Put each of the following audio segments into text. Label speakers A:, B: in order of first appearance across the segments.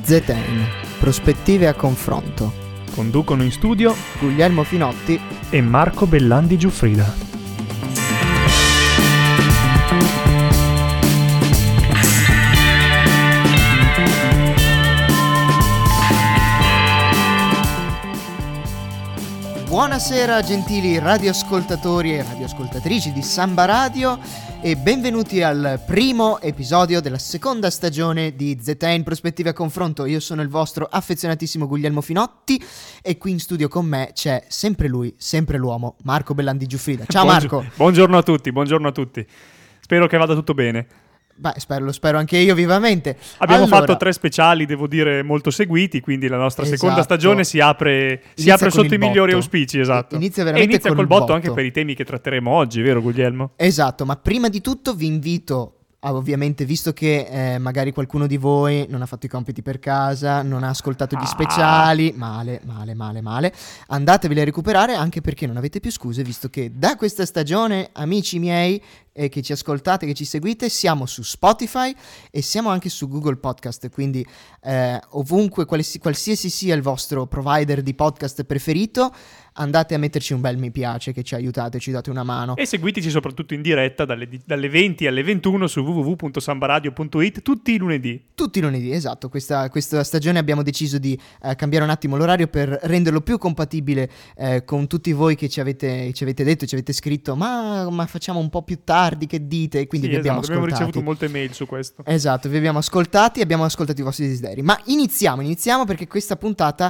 A: ZN, prospettive a confronto.
B: Conducono in studio
A: Guglielmo Finotti
B: e Marco Bellandi Giuffrida.
A: Buonasera gentili radioascoltatori e radioascoltatrici di Samba Radio e benvenuti al primo episodio della seconda stagione di ZN Prospettive a Confronto. Io sono il vostro affezionatissimo Guglielmo Finotti e qui in studio con me c'è sempre lui, sempre l'uomo, Marco Bellandi Giuffrida. Ciao Marco!
B: Buongiorno a tutti. Spero che vada tutto bene.
A: Beh, lo spero anche io vivamente.
B: Abbiamo fatto 3 speciali, devo dire, molto seguiti, quindi la nostra seconda stagione si apre sotto i migliori auspici, esatto.
A: Inizia veramente
B: col botto anche per i temi che tratteremo oggi, vero Guglielmo?
A: Esatto, ma prima di tutto vi invito ovviamente, visto che magari qualcuno di voi non ha fatto i compiti per casa, non ha ascoltato gli speciali, male, andateveli a recuperare, anche perché non avete più scuse, visto che da questa stagione, amici miei, che ci ascoltate, che ci seguite, siamo su Spotify e siamo anche su Google Podcast, quindi ovunque, qualsiasi sia il vostro provider di podcast preferito, andate a metterci un bel mi piace, che ci aiutate, ci date una mano.
B: E seguiteci soprattutto in diretta dalle 20 alle 21 su www.sambaradio.it tutti i lunedì. Tutti i lunedì,
A: esatto. Questa stagione abbiamo deciso di cambiare un attimo l'orario per renderlo più compatibile con tutti voi che ci avete detto, ci avete scritto ma facciamo un po' più tardi, che dite? E quindi vi abbiamo ascoltati.
B: Abbiamo ricevuto molte mail su questo.
A: Esatto, vi abbiamo ascoltati e abbiamo ascoltato i vostri desideri. Ma iniziamo perché questa puntata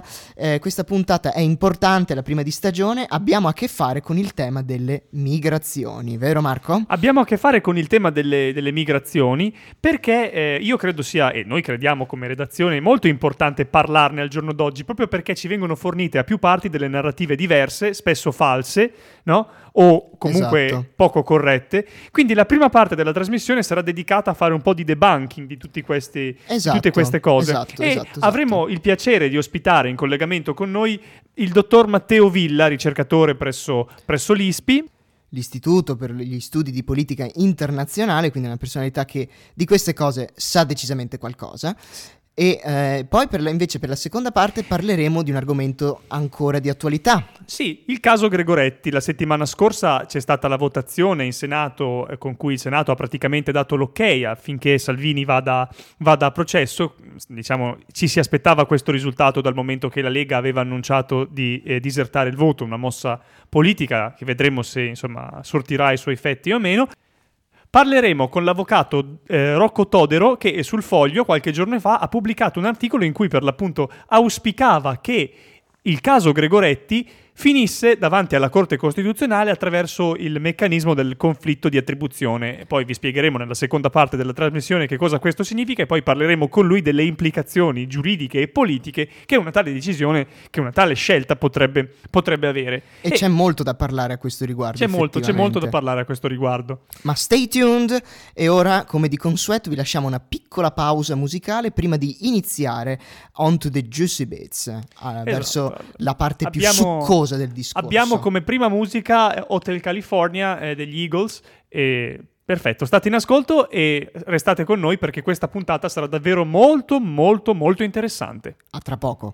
A: è importante, la prima di stagione. Abbiamo a che fare con il tema delle migrazioni, vero Marco?
B: Abbiamo a che fare con il tema delle migrazioni perché io credo sia, e noi crediamo come redazione, molto importante parlarne al giorno d'oggi, proprio perché ci vengono fornite a più parti delle narrative diverse, spesso false, no? O comunque poco corrette. Quindi la prima parte della trasmissione sarà dedicata a fare un po' di debunking di tutte queste cose. Esatto. Avremo il piacere di ospitare in collegamento con noi il dottor Matteo Villa, ricercatore presso l'ISPI,
A: l'Istituto per gli Studi di Politica Internazionale, quindi una personalità che di queste cose sa decisamente qualcosa. E poi invece per la seconda parte parleremo di un argomento ancora di attualità.
B: Sì, il caso Gregoretti. La settimana scorsa c'è stata la votazione in Senato con cui il Senato ha praticamente dato l'ok affinché Salvini vada a processo. Diciamo, ci si aspettava questo risultato dal momento che la Lega aveva annunciato di disertare il voto, una mossa politica che vedremo se insomma sortirà i suoi effetti o meno. Parleremo con l'avvocato Rocco Todero, che sul Foglio qualche giorno fa ha pubblicato un articolo in cui per l'appunto auspicava che il caso Gregoretti finisse davanti alla Corte Costituzionale attraverso il meccanismo del conflitto di attribuzione. Poi vi spiegheremo nella seconda parte della trasmissione che cosa questo significa e poi parleremo con lui delle implicazioni giuridiche e politiche che una tale decisione, che una tale scelta potrebbe avere.
A: E c'è molto da parlare a questo riguardo.
B: C'è molto da parlare a questo riguardo.
A: Ma stay tuned, e ora, come di consueto, vi lasciamo una piccola pausa musicale prima di iniziare On to the Juicy Bits, verso la parte più succosa del discorso.
B: Abbiamo come prima musica Hotel California degli Eagles. Perfetto, state in ascolto e restate con noi perché questa puntata sarà davvero molto interessante.
A: A tra poco.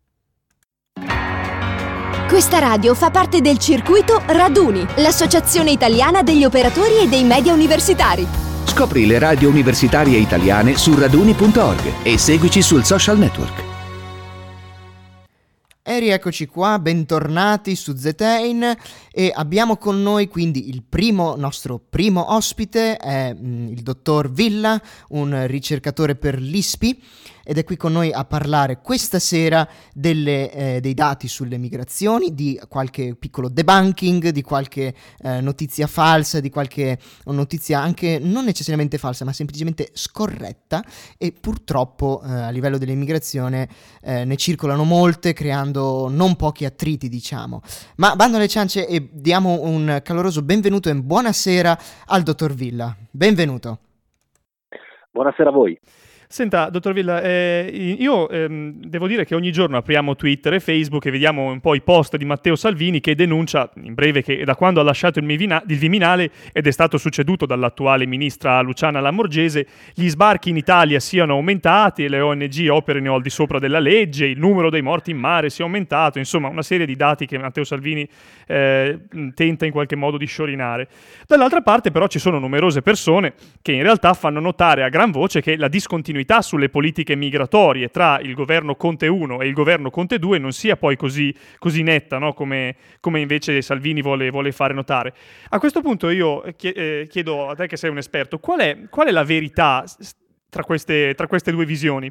C: Questa radio fa parte del circuito Raduni, l'associazione italiana degli operatori e dei media universitari.
D: Scopri le radio universitarie italiane su raduni.org e seguici sul social network.
A: E rieccoci qua, bentornati su ZN e abbiamo con noi quindi nostro primo ospite, è il dottor Villa, un ricercatore per l'ISPI, ed è qui con noi a parlare questa sera dei dati sulle migrazioni, di qualche piccolo debunking, di qualche notizia falsa, di qualche notizia anche non necessariamente falsa ma semplicemente scorretta, e purtroppo a livello dell'immigrazione ne circolano molte, creando non pochi attriti, diciamo. Ma bando alle ciance e diamo un caloroso benvenuto e buonasera al dottor Villa. Benvenuto.
E: Buonasera a voi.
B: Senta, dottor Villa, io devo dire che ogni giorno apriamo Twitter e Facebook e vediamo un po' i post di Matteo Salvini che denuncia, in breve, che da quando ha lasciato il Viminale ed è stato succeduto dall'attuale ministra Luciana Lamorgese, gli sbarchi in Italia siano aumentati, le ONG operino al di sopra della legge, il numero dei morti in mare sia aumentato, insomma una serie di dati che Matteo Salvini tenta in qualche modo di sciorinare. Dall'altra parte però ci sono numerose persone che in realtà fanno notare a gran voce che la discontinuità sulle politiche migratorie tra il governo Conte 1 e il governo Conte 2 non sia poi così netta, no? come invece Salvini vuole fare notare. A questo punto io chiedo a te che sei un esperto, qual è la verità tra queste due visioni?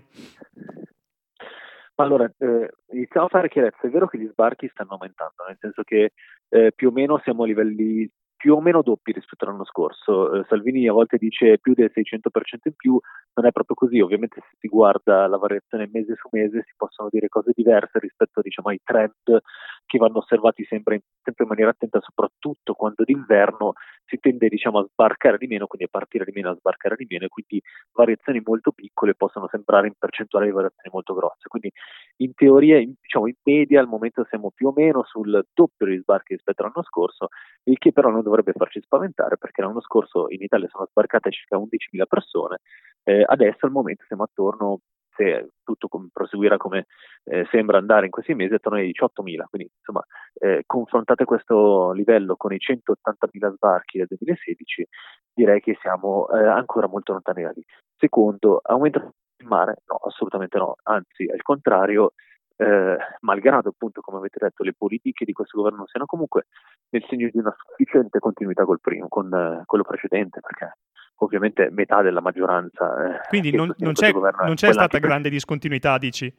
E: Allora, iniziamo a fare chiarezza. È vero che gli sbarchi stanno aumentando, nel senso che più o meno siamo a livelli più o meno doppi rispetto all'anno scorso. Salvini a volte dice più del 600% in più, non è proprio così. Ovviamente se si guarda la variazione mese su mese si possono dire cose diverse rispetto, diciamo, ai trend che vanno osservati sempre in maniera attenta, soprattutto quando d'inverno si tende, diciamo, a sbarcare di meno, quindi a partire di meno, a sbarcare di meno, e quindi variazioni molto piccole possono sembrare in percentuale di variazioni molto grosse. Quindi in teoria, diciamo, in media al momento siamo più o meno sul doppio degli sbarchi rispetto all'anno scorso, il che però non dovrebbe farci spaventare, perché l'anno scorso in Italia sono sbarcate circa 11.000 persone, adesso al momento siamo attorno, se tutto proseguirà come sembra andare in questi mesi, attorno ai 18.000, quindi insomma confrontate questo livello con i 180.000 sbarchi del 2016, direi che siamo ancora molto lontani da lì. Secondo, aumenta in mare? No, assolutamente no, anzi al contrario, malgrado appunto, come avete detto, le politiche di questo governo siano comunque nel segno di una sufficiente continuità con quello precedente, perché ovviamente metà della maggioranza
B: quindi non c'è stata grande discontinuità, dici?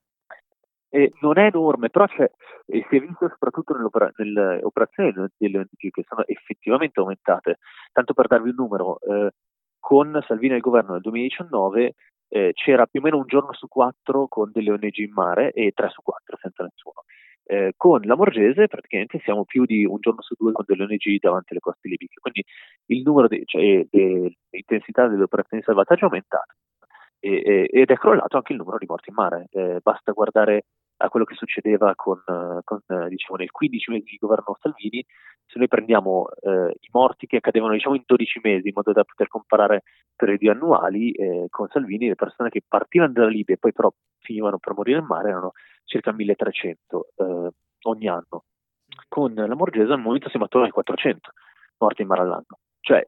E: Non è enorme, però si è visto soprattutto nelle operazioni delle ONG che sono effettivamente aumentate. Tanto per darvi un numero, con Salvini al governo nel 2019 c'era più o meno un giorno su 4 con delle ONG in mare e 3 su 4 senza nessuno. Con Lamorgese praticamente siamo più di un giorno su 2 con delle ONG davanti alle coste libiche, quindi il numero l'intensità delle operazioni di salvataggio è aumentato ed è crollato anche il numero di morti in mare. Basta guardare a quello che succedeva con diciamo nel 15 mesi di governo Salvini. Se noi prendiamo i morti che accadevano, diciamo, in 12 mesi, in modo da poter comparare periodi annuali, con Salvini le persone che partivano dalla Libia e poi però finivano per morire in mare erano circa 1.300 ogni anno. Con Lamorgese al momento siamo attorno ai 400 morti in mare all'anno, cioè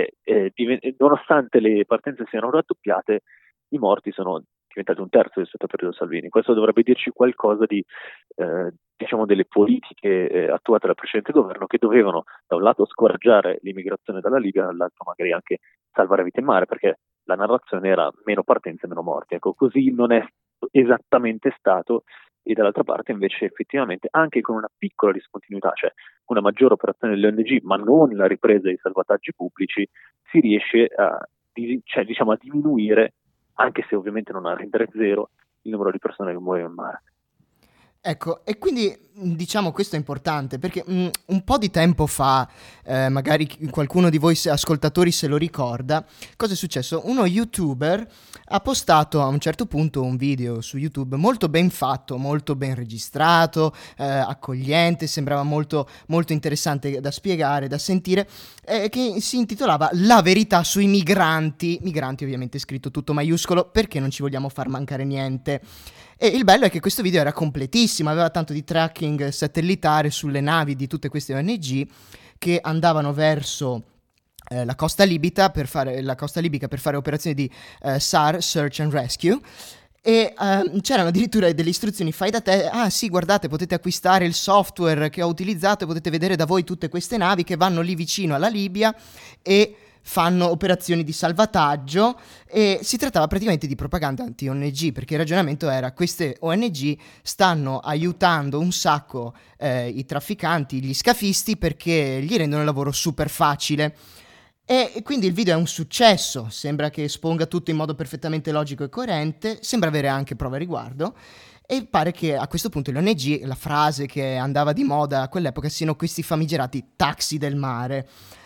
E: nonostante le partenze siano raddoppiate, i morti sono diventati un terzo rispetto al periodo Salvini. Questo dovrebbe dirci qualcosa di diciamo delle politiche attuate dal precedente governo, che dovevano da un lato scoraggiare l'immigrazione dalla Libia, dall'altro magari anche salvare vite in mare, perché la narrazione era meno partenze, meno morti. Ecco, così non è esattamente stato, e dall'altra parte invece effettivamente anche con una piccola discontinuità, cioè una maggiore operazione delle ONG ma non la ripresa dei salvataggi pubblici, si riesce a diminuire, anche se ovviamente non a rendere zero, il numero di persone che muoiono in mare.
A: Ecco, e quindi diciamo questo è importante perché un po' di tempo fa, magari qualcuno di voi ascoltatori se lo ricorda, cosa è successo? Uno youtuber ha postato a un certo punto un video su YouTube molto ben fatto, molto ben registrato, accogliente, sembrava molto, molto interessante da spiegare, da sentire, che si intitolava La verità sui migranti ovviamente scritto tutto maiuscolo perché non ci vogliamo far mancare niente. E il bello è che questo video era completissimo, aveva tanto di tracking satellitare sulle navi di tutte queste ONG che andavano verso la costa libica per fare operazioni di SAR, Search and Rescue, e c'erano addirittura delle istruzioni fai da te. Ah sì, guardate, potete acquistare il software che ho utilizzato e potete vedere da voi tutte queste navi che vanno lì vicino alla Libia e fanno operazioni di salvataggio. E si trattava praticamente di propaganda anti-ONG, perché il ragionamento era: queste ONG stanno aiutando un sacco i trafficanti, gli scafisti, perché gli rendono il lavoro super facile. E quindi il video è un successo, sembra che esponga tutto in modo perfettamente logico e coerente, sembra avere anche prove a riguardo, e pare che a questo punto le ONG, la frase che andava di moda a quell'epoca, siano questi famigerati taxi del mare.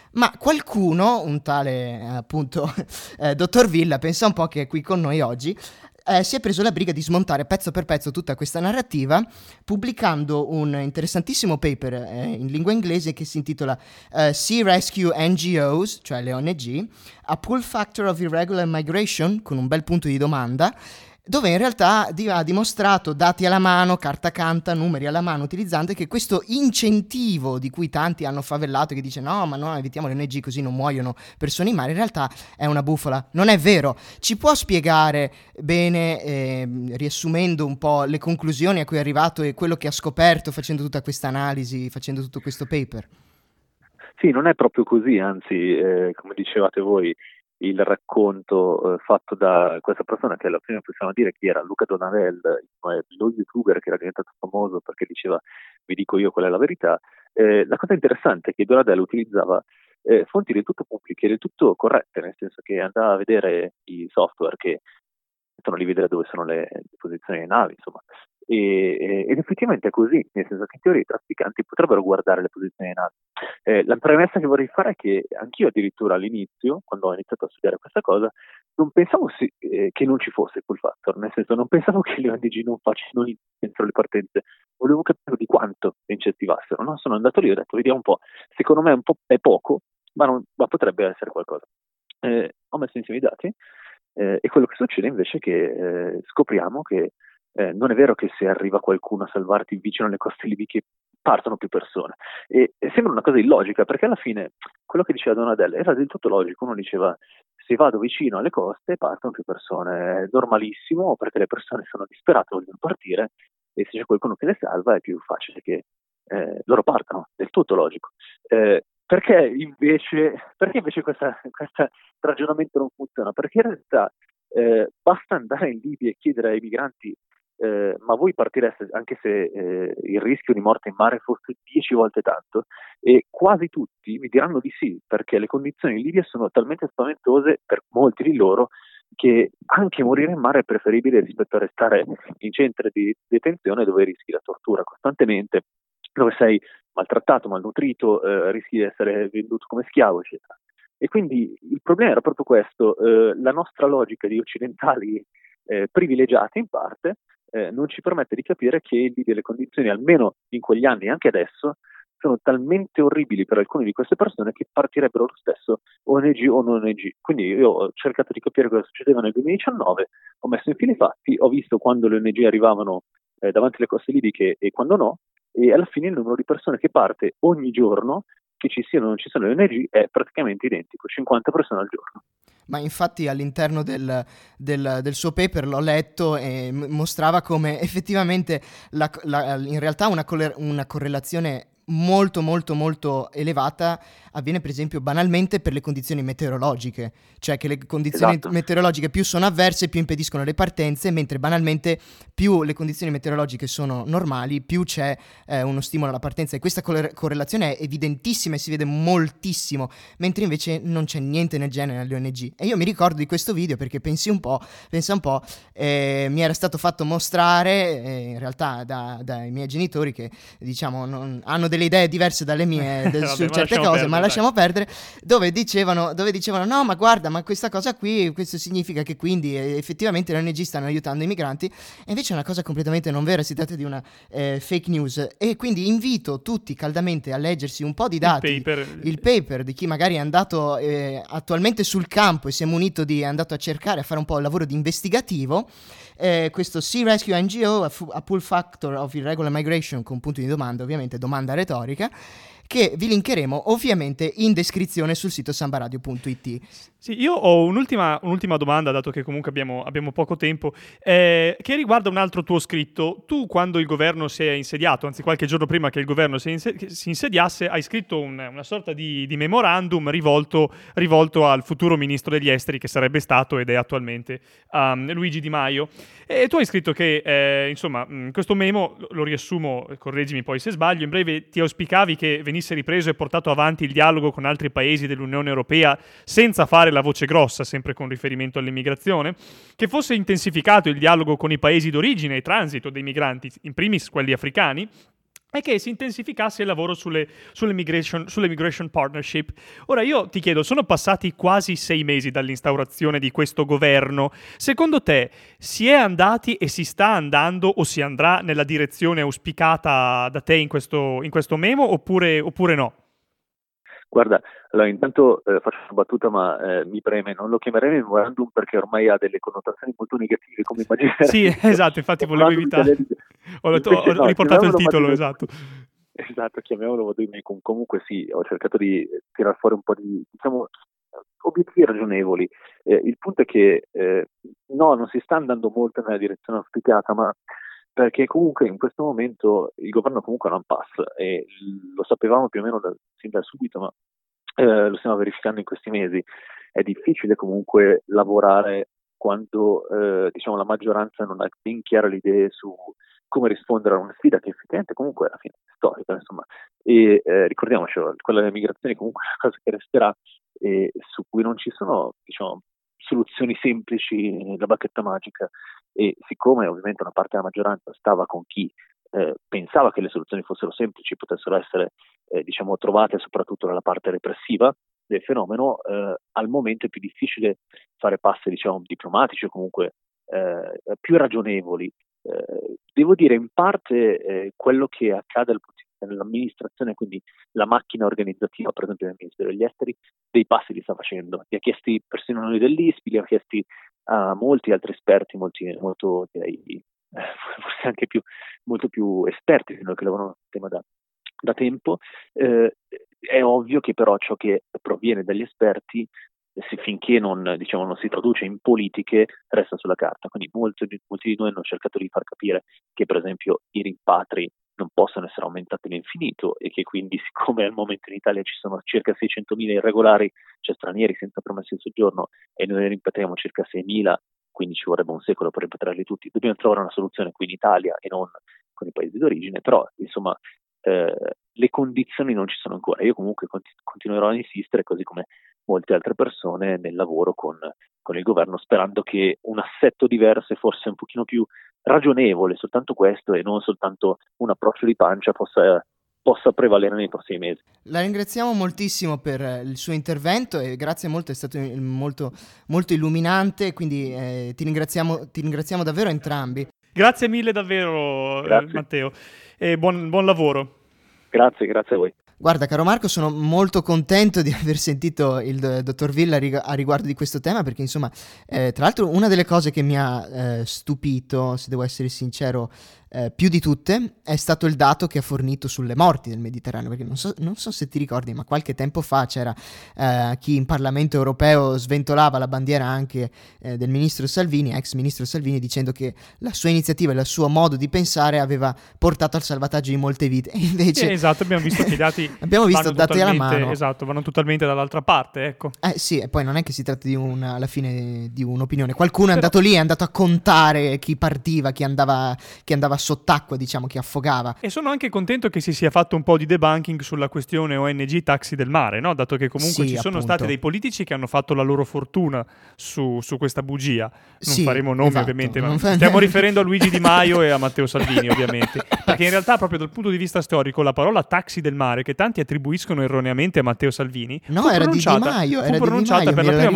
A: Ma qualcuno, un tale appunto dottor Villa, pensa un po' che è qui con noi oggi, si è preso la briga di smontare pezzo per pezzo tutta questa narrativa, pubblicando un interessantissimo paper in lingua inglese che si intitola Sea Rescue NGOs, cioè le ONG, a Pull Factor of Irregular Migration, con un bel punto di domanda, dove in realtà ha dimostrato, dati alla mano, carta canta, numeri alla mano, utilizzando che questo incentivo di cui tanti hanno favellato, che dice no, ma no, evitiamo le ONG così non muoiono persone in mare, in realtà è una bufala, non è vero. Ci può spiegare bene, riassumendo un po' le conclusioni a cui è arrivato e quello che ha scoperto facendo tutta questa analisi, facendo tutto questo paper?
E: Sì, non è proprio così, anzi, come dicevate voi, il racconto fatto da questa persona, che alla fine possiamo dire chi era, Luca Donadel, lo youtuber che era diventato famoso perché diceva vi dico io qual è la verità. La cosa interessante è che Donadel utilizzava fonti del tutto pubbliche, del tutto corrette, nel senso che andava a vedere i software che mettono lì vedere dove sono le posizioni delle navi, insomma. Ed effettivamente è così, nel senso che in teoria i trafficanti potrebbero guardare le posizioni delle navi. La premessa che vorrei fare è che anch'io addirittura all'inizio, quando ho iniziato a studiare questa cosa, non pensavo che non ci fosse pull factor, nel senso non pensavo che le ONG non facessero le partenze, volevo capire di quanto incentivassero, no? Sono andato lì e ho detto vediamo un po', secondo me è poco, ma potrebbe essere qualcosa. Ho messo insieme i dati e quello che succede invece è che scopriamo che non è vero che se arriva qualcuno a salvarti vicino alle coste libiche partono più persone, e sembra una cosa illogica, perché alla fine quello che diceva Donadel era del tutto logico. Uno diceva se vado vicino alle coste partono più persone, è normalissimo perché le persone sono disperate, vogliono partire, e se c'è qualcuno che le salva è più facile che loro partano, del tutto logico. Perché invece questo ragionamento non funziona? Perché in realtà basta andare in Libia e chiedere ai migranti ma voi partireste anche se il rischio di morte in mare fosse 10 volte tanto, e quasi tutti mi diranno di sì, perché le condizioni in Libia sono talmente spaventose per molti di loro che anche morire in mare è preferibile rispetto a restare in centri di detenzione dove rischi la tortura costantemente, dove sei maltrattato, malnutrito, rischi di essere venduto come schiavo, eccetera. E quindi il problema era proprio questo, la nostra logica di occidentali privilegiati in parte non ci permette di capire che in Libia le condizioni, almeno in quegli anni e anche adesso, sono talmente orribili per alcune di queste persone che partirebbero lo stesso ONG o non ONG. Quindi io ho cercato di capire cosa succedeva nel 2019, ho messo in fila i fatti, ho visto quando le ONG arrivavano davanti alle coste libiche e quando no, e alla fine il numero di persone che parte ogni giorno, che ci siano o non ci sono le ONG, è praticamente identico, 50 persone al giorno.
A: Ma infatti all'interno del suo paper l'ho letto e mostrava come effettivamente in realtà una correlazione molto molto molto elevata avviene per esempio banalmente per le condizioni meteorologiche, cioè che le condizioni meteorologiche più sono avverse più impediscono le partenze, mentre banalmente più le condizioni meteorologiche sono normali più c'è uno stimolo alla partenza, e questa correlazione è evidentissima e si vede moltissimo, mentre invece non c'è niente nel genere alle ONG. E io mi ricordo di questo video perché pensa un po', mi era stato fatto mostrare in realtà dai miei genitori che diciamo hanno delle idee diverse dalle mie su certe cose, ma lasciamo perdere, dove dicevano no, ma guarda, ma questa cosa qui, questo significa che quindi effettivamente le ONG stanno aiutando i migranti, e invece è una cosa completamente non vera, si tratta di una fake news. E quindi invito tutti caldamente a leggersi un po' di dati, il paper di chi magari è andato attualmente sul campo e si è munito è andato a cercare, a fare un po' il lavoro di investigativo. Questo Sea Rescue NGO, a Pull Factor of Irregular Migration, con punti di domanda, ovviamente domanda retorica, che vi linkeremo ovviamente in descrizione sul sito sambaradio.it.
B: Sì, io ho un'ultima domanda, dato che comunque abbiamo poco tempo, che riguarda un altro tuo scritto. Tu, quando il governo si è insediato, anzi qualche giorno prima che il governo si insediasse, hai scritto una sorta di memorandum rivolto al futuro ministro degli esteri, che sarebbe stato ed è attualmente Luigi Di Maio. E tu hai scritto che, insomma, questo memo, lo riassumo, correggimi poi se sbaglio, in breve ti auspicavi che venisse ripreso e portato avanti il dialogo con altri paesi dell'Unione Europea senza fare la voce grossa, sempre con riferimento all'immigrazione, che fosse intensificato il dialogo con i paesi d'origine e transito dei migranti, in primis quelli africani, è che si intensificasse il lavoro sull'immigration partnership. Ora io ti chiedo, sono passati quasi 6 mesi dall'instaurazione di questo governo. Secondo te si è andati e si sta andando o si andrà nella direzione auspicata da te in questo memo oppure no?
E: Guarda, allora intanto faccio una battuta, ma mi preme, non lo chiamerei memorandum perché ormai ha delle connotazioni molto negative, come immaginerai.
B: Sì, esatto, infatti volevo evitare. Ho riportato il titolo, esatto.
E: Esatto, chiamiamolo vademecum. Comunque sì, ho cercato di tirar fuori un po' di, diciamo, obiettivi ragionevoli. Il punto è che no, non si sta andando molto nella direzione auspicata, ma perché comunque in questo momento il governo comunque non passa, e lo sapevamo più o meno sin da subito, ma lo stiamo verificando in questi mesi. È difficile comunque lavorare quando diciamo la maggioranza non ha ben chiare le idee su come rispondere a una sfida che effettivamente comunque alla fine è storica, insomma. E ricordiamoci, quella delle migrazioni comunque è una cosa che resterà e su cui non ci sono, diciamo, soluzioni semplici, la bacchetta magica. E siccome ovviamente una parte della maggioranza stava con chi pensava che le soluzioni fossero semplici, potessero essere diciamo trovate soprattutto dalla parte repressiva del fenomeno, al momento è più difficile fare passi, diciamo, diplomatici o comunque più ragionevoli. Devo dire in parte quello che accade nell'amministrazione, quindi la macchina organizzativa, per esempio del Ministero degli Esteri, dei passi li sta facendo. Li ha chiesti persino noi dell'ISPI, li ha chiesti a molti altri esperti, molto direi, forse anche molto più esperti di noi che lavorano sul tema da tempo. È ovvio che però ciò che proviene dagli esperti, finché non si traduce in politiche, resta sulla carta. Quindi molti di noi hanno cercato di far capire che per esempio i rimpatri non possono essere aumentati all'infinito e che quindi, siccome al momento in Italia ci sono circa 600.000 irregolari, cioè stranieri senza permesso di soggiorno, e noi ne rimpatriamo circa 6.000, quindi ci vorrebbe un secolo per rimpatriarli tutti, dobbiamo trovare una soluzione qui in Italia e non con i paesi d'origine. Però insomma le condizioni non ci sono ancora. Io comunque continuerò a insistere, così come molte altre persone, nel lavoro con il governo, sperando che un assetto diverso e forse un pochino più ragionevole, soltanto questo e non soltanto un approccio di pancia, possa prevalere nei prossimi mesi.
A: La ringraziamo moltissimo per il suo intervento e grazie molto, è stato molto, molto illuminante, quindi ti ringraziamo davvero entrambi.
B: Grazie mille davvero, Matteo, e buon lavoro.
E: Grazie a voi.
A: Guarda, caro Marco, sono molto contento di aver sentito il dottor Villa a riguardo di questo tema, perché insomma, tra l'altro una delle cose che mi ha stupito, se devo essere sincero, più di tutte, è stato il dato che ha fornito sulle morti del Mediterraneo, perché non so se ti ricordi, ma qualche tempo fa c'era chi in Parlamento europeo sventolava la bandiera anche del ministro Salvini, ex ministro Salvini, dicendo che la sua iniziativa e il suo modo di pensare aveva portato al salvataggio di molte vite. E invece
B: esatto, abbiamo visto che i dati
A: abbiamo visto dati alla mano.
B: Esatto, vanno totalmente dall'altra parte, ecco.
A: Sì, e poi non è che si tratta alla fine di un'opinione. Qualcuno è andato lì, è andato a contare chi partiva, chi andava sott'acqua, diciamo, chi affogava.
B: E sono anche contento che si sia fatto un po' di debunking sulla questione ONG taxi del mare, no? Dato che comunque ci sono stati dei politici che hanno fatto la loro fortuna su questa bugia. Non faremo nomi, esatto, ovviamente, ma stiamo riferendo a Luigi Di Maio e a Matteo Salvini, ovviamente. Perché in realtà, proprio dal punto di vista storico, la parola taxi del mare, che tanti attribuiscono erroneamente a Matteo Salvini, fu pronunciata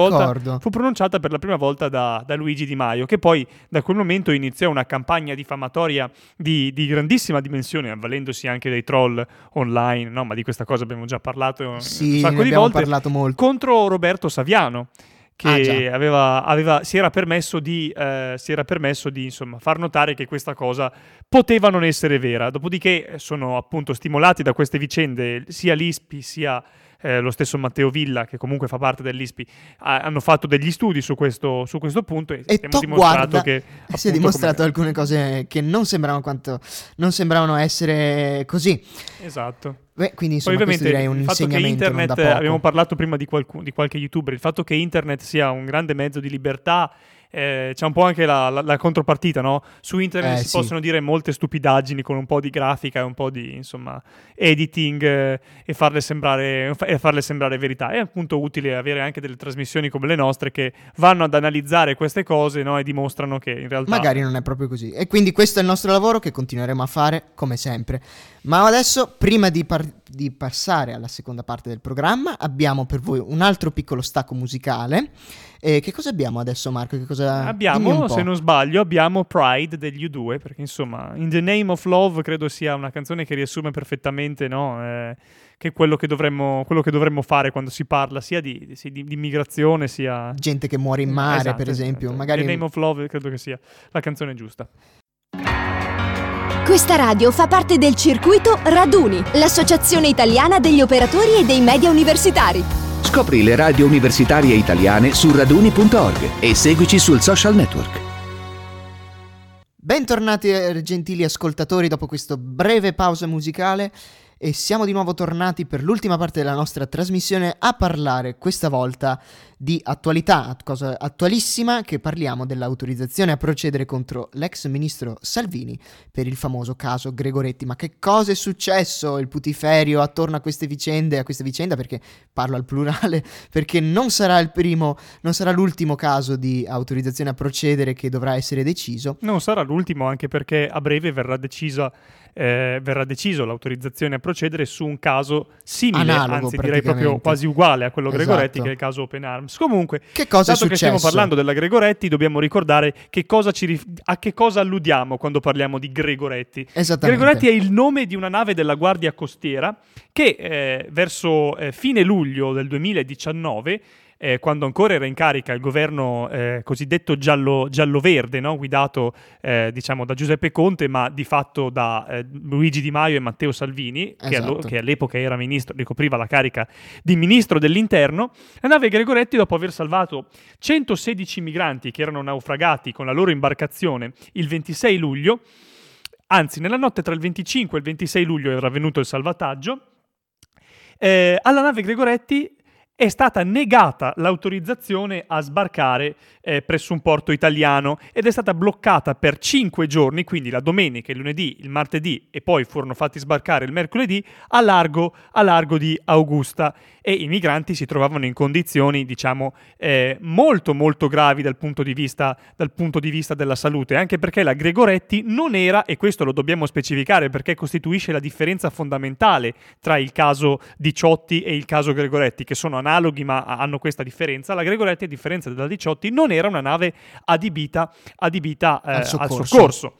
B: per la prima volta da Luigi Di Maio, che poi da quel momento iniziò una campagna diffamatoria di grandissima dimensione, avvalendosi anche dei troll online, no? Ma di questa cosa abbiamo già parlato un sacco di volte,
A: parlato molto,
B: contro Roberto Saviano, che si era permesso di insomma far notare che questa cosa poteva non essere vera. Dopodiché sono appunto stimolati da queste vicende sia l'ISPI sia lo stesso Matteo Villa, che comunque fa parte dell'ISPI, hanno fatto degli studi su questo punto e abbiamo dimostrato che
A: si è dimostrato alcune cose che non sembravano essere così.
B: Esatto.
A: Quindi insomma, poi, ovviamente, direi un
B: il fatto che internet, abbiamo parlato prima di qualche youtuber, il fatto che internet sia un grande mezzo di libertà c'è un po' anche la contropartita, no? Su internet si
A: sì.
B: possono dire molte stupidaggini con un po' di grafica e un po' di, insomma, editing e farle sembrare verità. È appunto utile avere anche delle trasmissioni come le nostre che vanno ad analizzare queste cose, no? E dimostrano che in realtà
A: magari non è proprio così. E quindi questo è il nostro lavoro che continueremo a fare come sempre. Ma adesso, prima di passare alla seconda parte del programma, abbiamo per voi un altro piccolo stacco musicale. Che cosa abbiamo adesso, Marco? Che cosa... Dimmi
B: abbiamo,
A: un po'.
B: se non sbaglio, abbiamo Pride degli U2, perché insomma In the Name of Love credo sia una canzone che riassume perfettamente, no? Che quello che dovremmo fare quando si parla sia di immigrazione sia...
A: Gente che muore in mare,
B: Esatto,
A: per esempio.
B: esatto.
A: Magari...
B: The Name of Love credo che sia la canzone giusta.
C: Questa radio fa parte del circuito Raduni, l'associazione italiana degli operatori e dei media universitari.
D: Scopri le radio universitarie italiane su raduni.org e seguici sul social network.
A: Bentornati gentili ascoltatori dopo questa breve pausa musicale e siamo di nuovo tornati per l'ultima parte della nostra trasmissione a parlare questa volta di attualità, cosa attualissima, che parliamo dell'autorizzazione a procedere contro l'ex ministro Salvini per il famoso caso Gregoretti. Ma che cosa è successo? Il putiferio attorno a questa vicenda, perché parlo al plurale, perché non sarà l'ultimo caso di autorizzazione a procedere che dovrà essere deciso.
B: Non sarà l'ultimo, anche perché a breve verrà deciso l'autorizzazione a procedere su un caso simile,
A: analogo,
B: anzi direi proprio quasi uguale a quello Gregoretti,
A: esatto,
B: che è il caso Open Arms. Comunque,
A: che cosa
B: dato
A: è
B: che
A: successo?
B: stiamo parlando della Gregoretti, dobbiamo ricordare a che cosa alludiamo quando parliamo di Gregoretti.
A: Esattamente.
B: Gregoretti è il nome di una nave della Guardia Costiera che verso fine luglio del 2019, quando ancora era in carica il governo cosiddetto giallo-verde, no? Guidato diciamo da Giuseppe Conte, ma di fatto da Luigi Di Maio e Matteo Salvini,
A: esatto,
B: che all'epoca era ministro, ricopriva la carica di ministro dell'interno. La nave Gregoretti, dopo aver salvato 116 migranti che erano naufragati con la loro imbarcazione il 26 luglio, anzi nella notte tra il 25 e il 26 luglio era avvenuto il salvataggio, alla nave Gregoretti è stata negata l'autorizzazione a sbarcare presso un porto italiano ed è stata bloccata per 5 giorni, quindi la domenica, il lunedì, il martedì, e poi furono fatti sbarcare il mercoledì a largo di Augusta, e i migranti si trovavano in condizioni, diciamo, molto molto gravi dal punto di vista della salute, anche perché la Gregoretti non era, e questo lo dobbiamo specificare perché costituisce la differenza fondamentale tra il caso Diciotti e il caso Gregoretti, che sono analoghi ma hanno questa differenza. La Gregoretti, a differenza della Diciotti, non era una nave adibita al soccorso.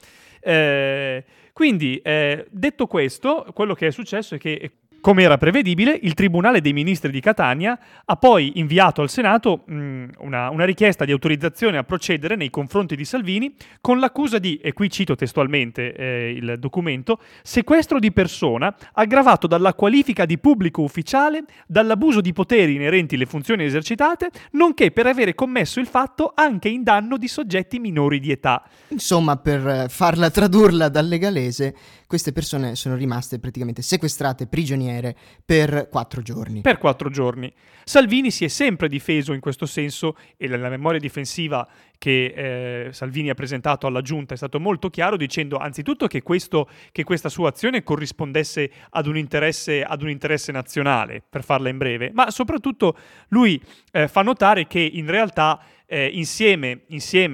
B: Quindi, detto questo, quello che è successo è che, come era prevedibile, il Tribunale dei Ministri di Catania ha poi inviato al Senato una richiesta di autorizzazione a procedere nei confronti di Salvini con l'accusa di, e qui cito testualmente il documento, sequestro di persona aggravato dalla qualifica di pubblico ufficiale, dall'abuso di poteri inerenti alle funzioni esercitate, nonché per avere commesso il fatto anche in danno di soggetti minori di età.
A: Insomma, per tradurla dal legalese, queste persone sono rimaste praticamente sequestrate, prigioniere per 4 giorni.
B: Per 4 giorni. Salvini si è sempre difeso in questo senso, e la memoria difensiva che Salvini ha presentato alla Giunta è stato molto chiaro, dicendo anzitutto che questa sua azione corrispondesse ad un interesse nazionale, per farla in breve, ma soprattutto lui fa notare che in realtà insieme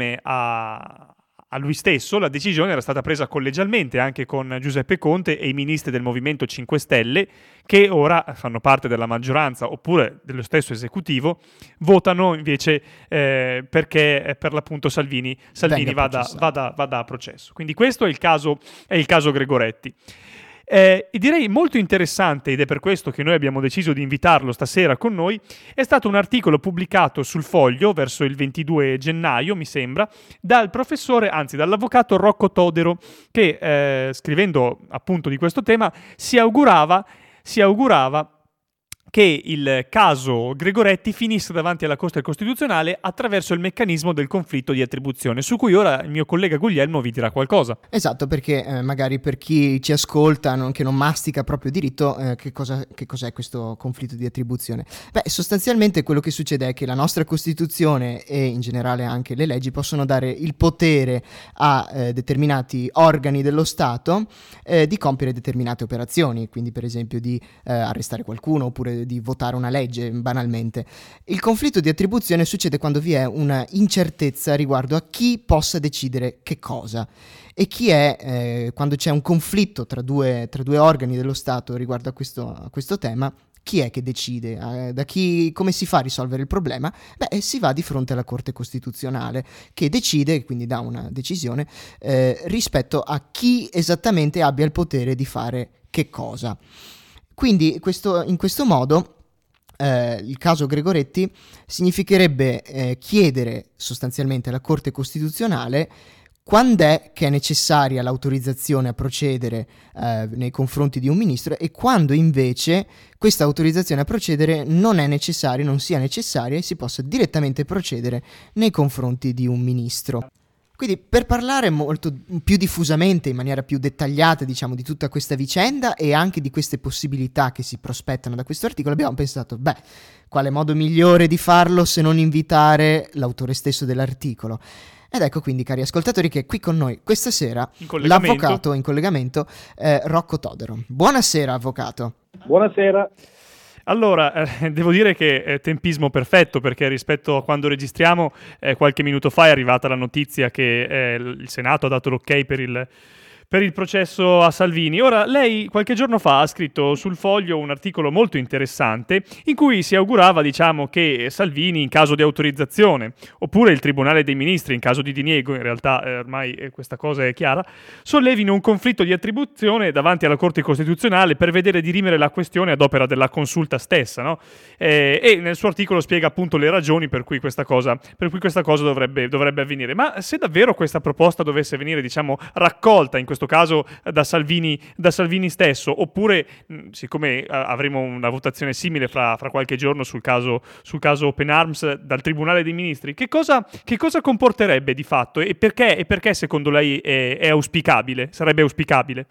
B: a lui stesso la decisione era stata presa collegialmente anche con Giuseppe Conte e i ministri del Movimento 5 Stelle, che ora fanno parte della maggioranza oppure dello stesso esecutivo, votano invece perché per l'appunto Salvini vada a processo. Quindi questo è il caso Gregoretti. E direi molto interessante, ed è per questo che noi abbiamo deciso di invitarlo stasera con noi, è stato un articolo pubblicato sul Foglio verso il 22 gennaio, mi sembra, dall'avvocato Rocco Todero, che scrivendo appunto di questo tema si augurava che il caso Gregoretti finisse davanti alla Corte Costituzionale attraverso il meccanismo del conflitto di attribuzione, su cui ora il mio collega Guglielmo vi dirà qualcosa.
A: Esatto, perché magari per chi ci ascolta, che non mastica proprio diritto, che cos'è questo conflitto di attribuzione? Beh, sostanzialmente quello che succede è che la nostra Costituzione e in generale anche le leggi possono dare il potere a determinati organi dello Stato di compiere determinate operazioni, quindi per esempio di arrestare qualcuno oppure di votare una legge, banalmente. Il conflitto di attribuzione succede quando vi è una incertezza riguardo a chi possa decidere che cosa. E chi è, quando c'è un conflitto tra due organi dello Stato riguardo a questo tema, chi è che decide? Come si fa a risolvere il problema? Beh, si va di fronte alla Corte Costituzionale, che decide, quindi dà una decisione rispetto a chi esattamente abbia il potere di fare che cosa. Quindi in questo modo il caso Gregoretti significherebbe chiedere sostanzialmente alla Corte Costituzionale quando è che è necessaria l'autorizzazione a procedere nei confronti di un ministro e quando invece questa autorizzazione a procedere non sia necessaria e si possa direttamente procedere nei confronti di un ministro. Quindi per parlare molto più diffusamente, in maniera più dettagliata, diciamo, di tutta questa vicenda e anche di queste possibilità che si prospettano da questo articolo, abbiamo pensato, quale modo migliore di farlo se non invitare l'autore stesso dell'articolo? Ed ecco quindi, cari ascoltatori, che qui con noi questa sera l'avvocato in collegamento Rocco Todaro. Buonasera, avvocato.
F: Buonasera.
B: Allora, devo dire che tempismo perfetto, perché rispetto a quando registriamo, qualche minuto fa è arrivata la notizia che il Senato ha dato l'ok per il processo a Salvini. Ora, lei qualche giorno fa ha scritto sul Foglio un articolo molto interessante in cui si augurava, diciamo, che Salvini in caso di autorizzazione, oppure il Tribunale dei Ministri in caso di diniego, in realtà ormai questa cosa è chiara, sollevino un conflitto di attribuzione davanti alla Corte Costituzionale per vedere dirimere la questione ad opera della Consulta stessa, no? E nel suo articolo spiega appunto le ragioni per cui questa cosa dovrebbe avvenire. Ma se davvero questa proposta dovesse venire, diciamo, raccolta in questo caso da Salvini stesso, oppure siccome avremo una votazione simile fra qualche giorno sul caso Open Arms dal Tribunale dei Ministri, che cosa comporterebbe di fatto e perché secondo lei è auspicabile, sarebbe auspicabile?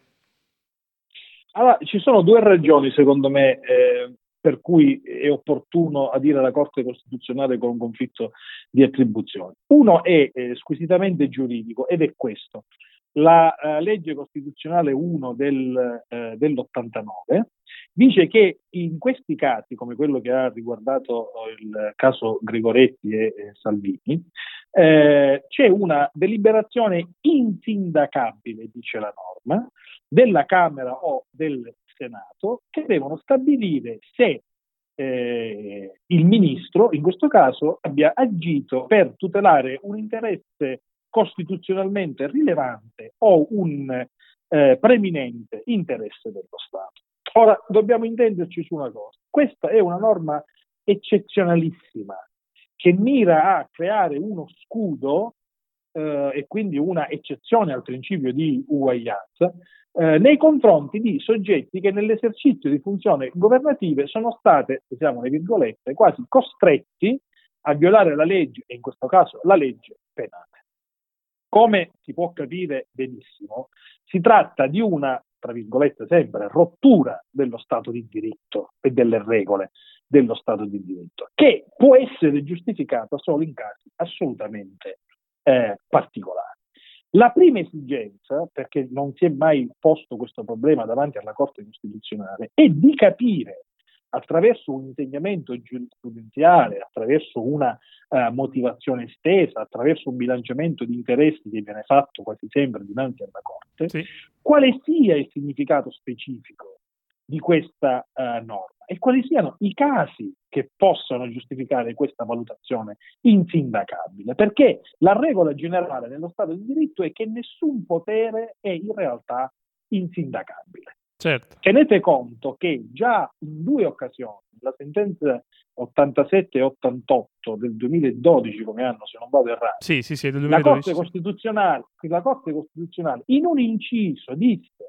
F: Allora, ci sono due ragioni secondo me per cui è opportuno adire la Corte Costituzionale con un conflitto di attribuzione. Uno è squisitamente giuridico ed è questo. La legge costituzionale 1 dell'89 dice che in questi casi, come quello che ha riguardato il caso Gregoretti e Salvini, c'è una deliberazione insindacabile, dice la norma, della Camera o del Senato, che devono stabilire se il ministro, in questo caso, abbia agito per tutelare un interesse costituzionalmente rilevante o un preminente interesse dello Stato. Ora, dobbiamo intenderci su una cosa. Questa è una norma eccezionalissima che mira a creare uno scudo e quindi una eccezione al principio di uguaglianza nei confronti di soggetti che nell'esercizio di funzioni governative sono state, usiamo le virgolette, quasi costretti a violare la legge, e in questo caso la legge penale. Come si può capire benissimo, si tratta di una, tra virgolette sempre, rottura dello Stato di diritto e delle regole dello Stato di diritto, che può essere giustificata solo in casi assolutamente particolari. La prima esigenza, perché non si è mai posto questo problema davanti alla Corte Costituzionale, è di capire attraverso un insegnamento giurisprudenziale, attraverso una motivazione estesa, attraverso un bilanciamento di interessi che viene fatto quasi sempre dinanzi alla Corte, sì, quale sia il significato specifico di questa norma e quali siano i casi che possano giustificare questa valutazione insindacabile, perché la regola generale nello Stato di diritto è che nessun potere è in realtà insindacabile.
B: Certo.
F: Tenete conto che già in due occasioni, la sentenza 87 e 88 del 2012 come anno, se non vado errato,
B: sì, del 2012,
F: la Corte Costituzionale in un inciso disse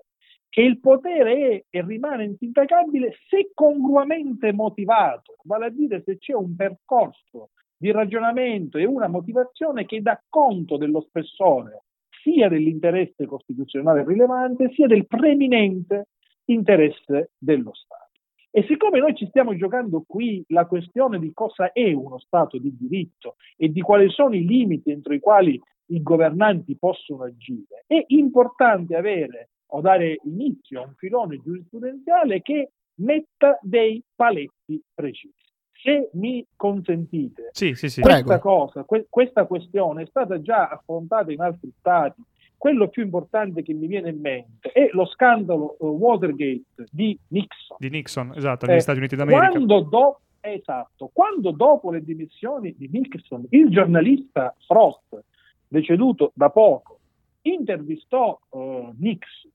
F: che il potere è e rimane insindacabile se congruamente motivato, vale a dire se c'è un percorso di ragionamento e una motivazione che dà conto dello spessore sia dell'interesse costituzionale rilevante sia del preminente interesse dello Stato. E siccome noi ci stiamo giocando qui la questione di cosa è uno Stato di diritto e di quali sono i limiti entro i quali i governanti possono agire, è importante avere o dare inizio a un filone giurisprudenziale che metta dei paletti precisi. Se mi consentite,
B: sì.
F: questa questione è stata già affrontata in altri stati. Quello più importante che mi viene in mente è lo scandalo Watergate di Nixon.
B: Di Nixon, esatto, negli Stati Uniti d'America.
F: Quando dopo le dimissioni di Nixon il giornalista Frost, deceduto da poco, intervistò Nixon,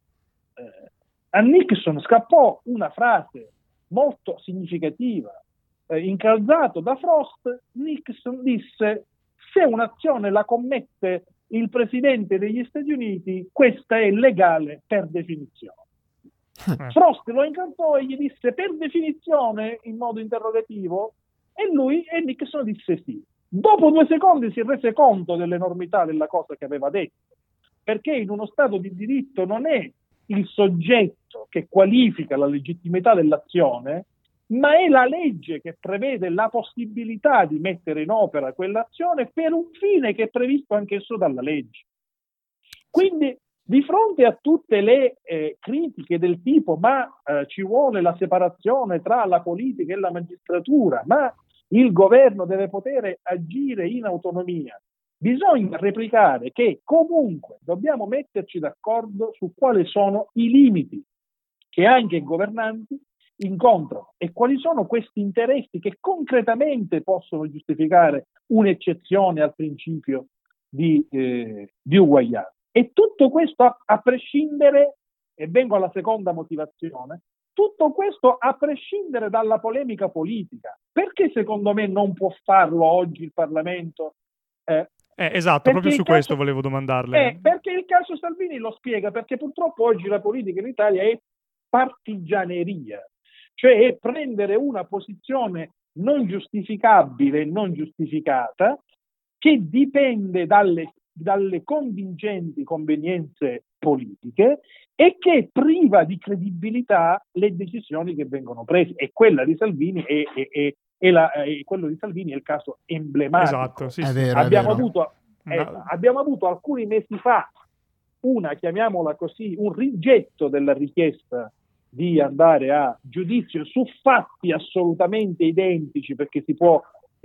F: a Nixon scappò una frase molto significativa. Incalzato da Frost, Nixon disse: se un'azione la commette il presidente degli Stati Uniti, questa è legale per definizione. Frost lo incalzò e gli disse per definizione in modo interrogativo e Nixon disse sì. Dopo 2 secondi si rese conto dell'enormità della cosa che aveva detto, perché in uno Stato di diritto non è il soggetto che qualifica la legittimità dell'azione, ma è la legge che prevede la possibilità di mettere in opera quell'azione per un fine che è previsto anch'esso dalla legge. Quindi, di fronte a tutte le critiche del tipo ci vuole la separazione tra la politica e la magistratura, ma il governo deve poter agire in autonomia, bisogna replicare che comunque dobbiamo metterci d'accordo su quali sono i limiti che anche i governanti incontrano e quali sono questi interessi che concretamente possono giustificare un'eccezione al principio di uguaglianza. E tutto questo a prescindere, e vengo alla seconda motivazione, tutto questo a prescindere dalla polemica politica. Perché secondo me non può farlo oggi il Parlamento?
B: Esatto, proprio su questo volevo domandarle.
F: Perché il caso Salvini lo spiega, perché purtroppo oggi la politica in Italia è partigianeria, cioè è prendere una posizione non giustificabile e non giustificata che dipende dalle contingenti convenienze politiche e che priva di credibilità le decisioni che vengono prese. E quella di Salvini quello di Salvini è il caso emblematico.
B: Esatto, sì.
F: Abbiamo avuto alcuni mesi fa chiamiamola così, un rigetto della richiesta di andare a giudizio su fatti assolutamente identici, perché si può,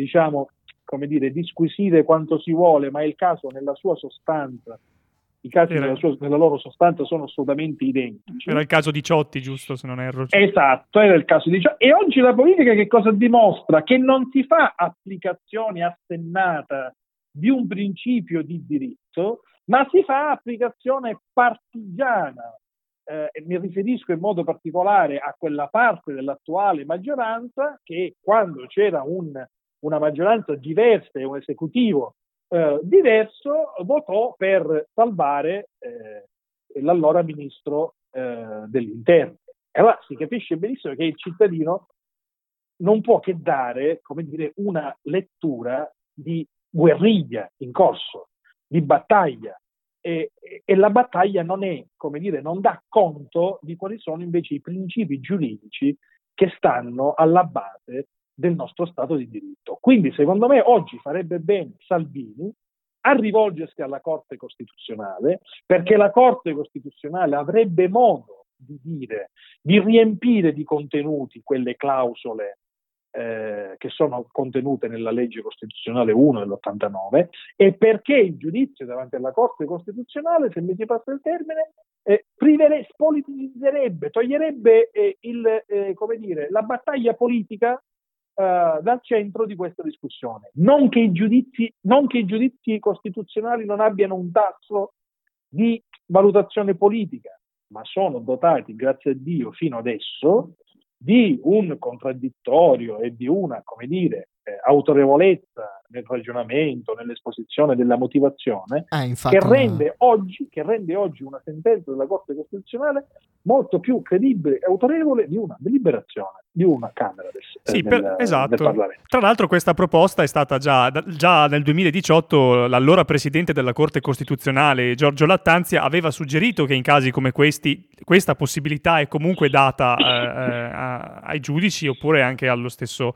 F: disquisire quanto si vuole, ma il caso nella sua sostanza, i casi nella loro sostanza sono assolutamente identici.
B: Era il caso di Ciotti, giusto, se non erro?
F: Esatto, era il caso di Ciotti. E oggi la politica che cosa dimostra? Che non si fa applicazione assennata di un principio di diritto, ma si fa applicazione partigiana. Mi riferisco in modo particolare a quella parte dell'attuale maggioranza che, quando c'era una maggioranza diversa e un esecutivo diverso, votò per salvare l'allora ministro dell'Interno. E allora si capisce benissimo che il cittadino non può che dare, una lettura di guerriglia in corso, di battaglia. E la battaglia non dà conto di quali sono invece i principi giuridici che stanno alla base del nostro Stato di diritto. Quindi, secondo me, oggi farebbe bene Salvini a rivolgersi alla Corte Costituzionale, perché la Corte Costituzionale avrebbe modo di riempire di contenuti quelle clausole che sono contenute nella legge costituzionale 1 dell'89, e perché il giudizio davanti alla Corte Costituzionale, se mi si passa il termine, spolitizzerebbe, toglierebbe la battaglia politica dal centro di questa discussione. Non che i giudizi costituzionali non abbiano un tasso di valutazione politica, ma sono dotati, grazie a Dio, fino adesso di un contraddittorio e di una, autorevolezza nel ragionamento, nell'esposizione della motivazione,
A: infatti,
F: che rende oggi una sentenza della Corte Costituzionale molto più credibile e autorevole di una deliberazione di una Camera del Parlamento.
B: Tra l'altro questa proposta è stata già nel 2018, l'allora Presidente della Corte Costituzionale, Giorgio Lattanzia, aveva suggerito che in casi come questi questa possibilità è comunque data ai giudici oppure anche allo stesso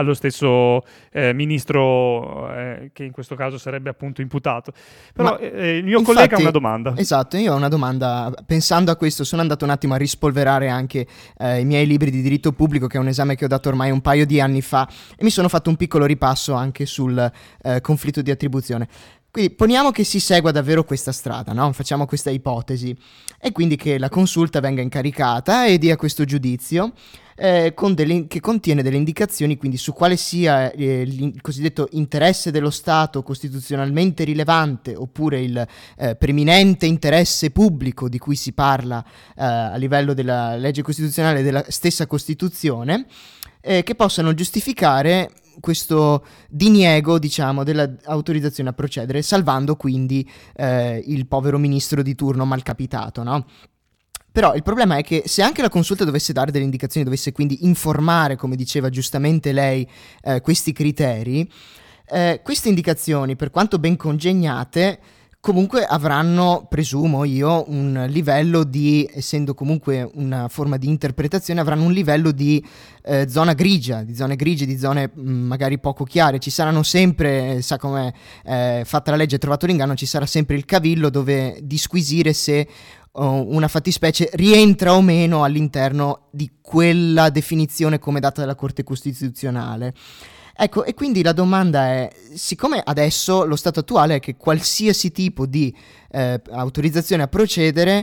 B: ministro che in questo caso sarebbe appunto imputato. Però il mio collega ha una domanda.
A: Esatto, io ho una domanda. Pensando a questo sono andato un attimo a rispolverare anche i miei libri di diritto pubblico, che è un esame che ho dato ormai un paio di anni fa, e mi sono fatto un piccolo ripasso anche sul conflitto di attribuzione. Quindi poniamo che si segua davvero questa strada, no? Facciamo questa ipotesi, e quindi che la consulta venga incaricata e dia questo giudizio che contiene delle indicazioni quindi su quale sia il cosiddetto interesse dello Stato costituzionalmente rilevante, oppure il preminente interesse pubblico di cui si parla a livello della legge costituzionale e della stessa Costituzione, che possano giustificare questo diniego, diciamo, dell'autorizzazione a procedere, salvando quindi il povero ministro di turno malcapitato, no? Però il problema è che se anche la consulta dovesse dare delle indicazioni, dovesse quindi informare, come diceva giustamente lei, questi criteri, queste indicazioni, per quanto ben congegnate, comunque avranno, presumo io, un livello di, essendo comunque una forma di interpretazione, avranno un livello di zona grigia, di zone magari poco chiare. Ci saranno sempre, sa com'è fatta la legge, trovato l'inganno, ci sarà sempre il cavillo dove disquisire se una fattispecie rientra o meno all'interno di quella definizione come data dalla Corte Costituzionale. Ecco, e quindi la domanda è, siccome adesso lo stato attuale è che qualsiasi tipo di autorizzazione a procedere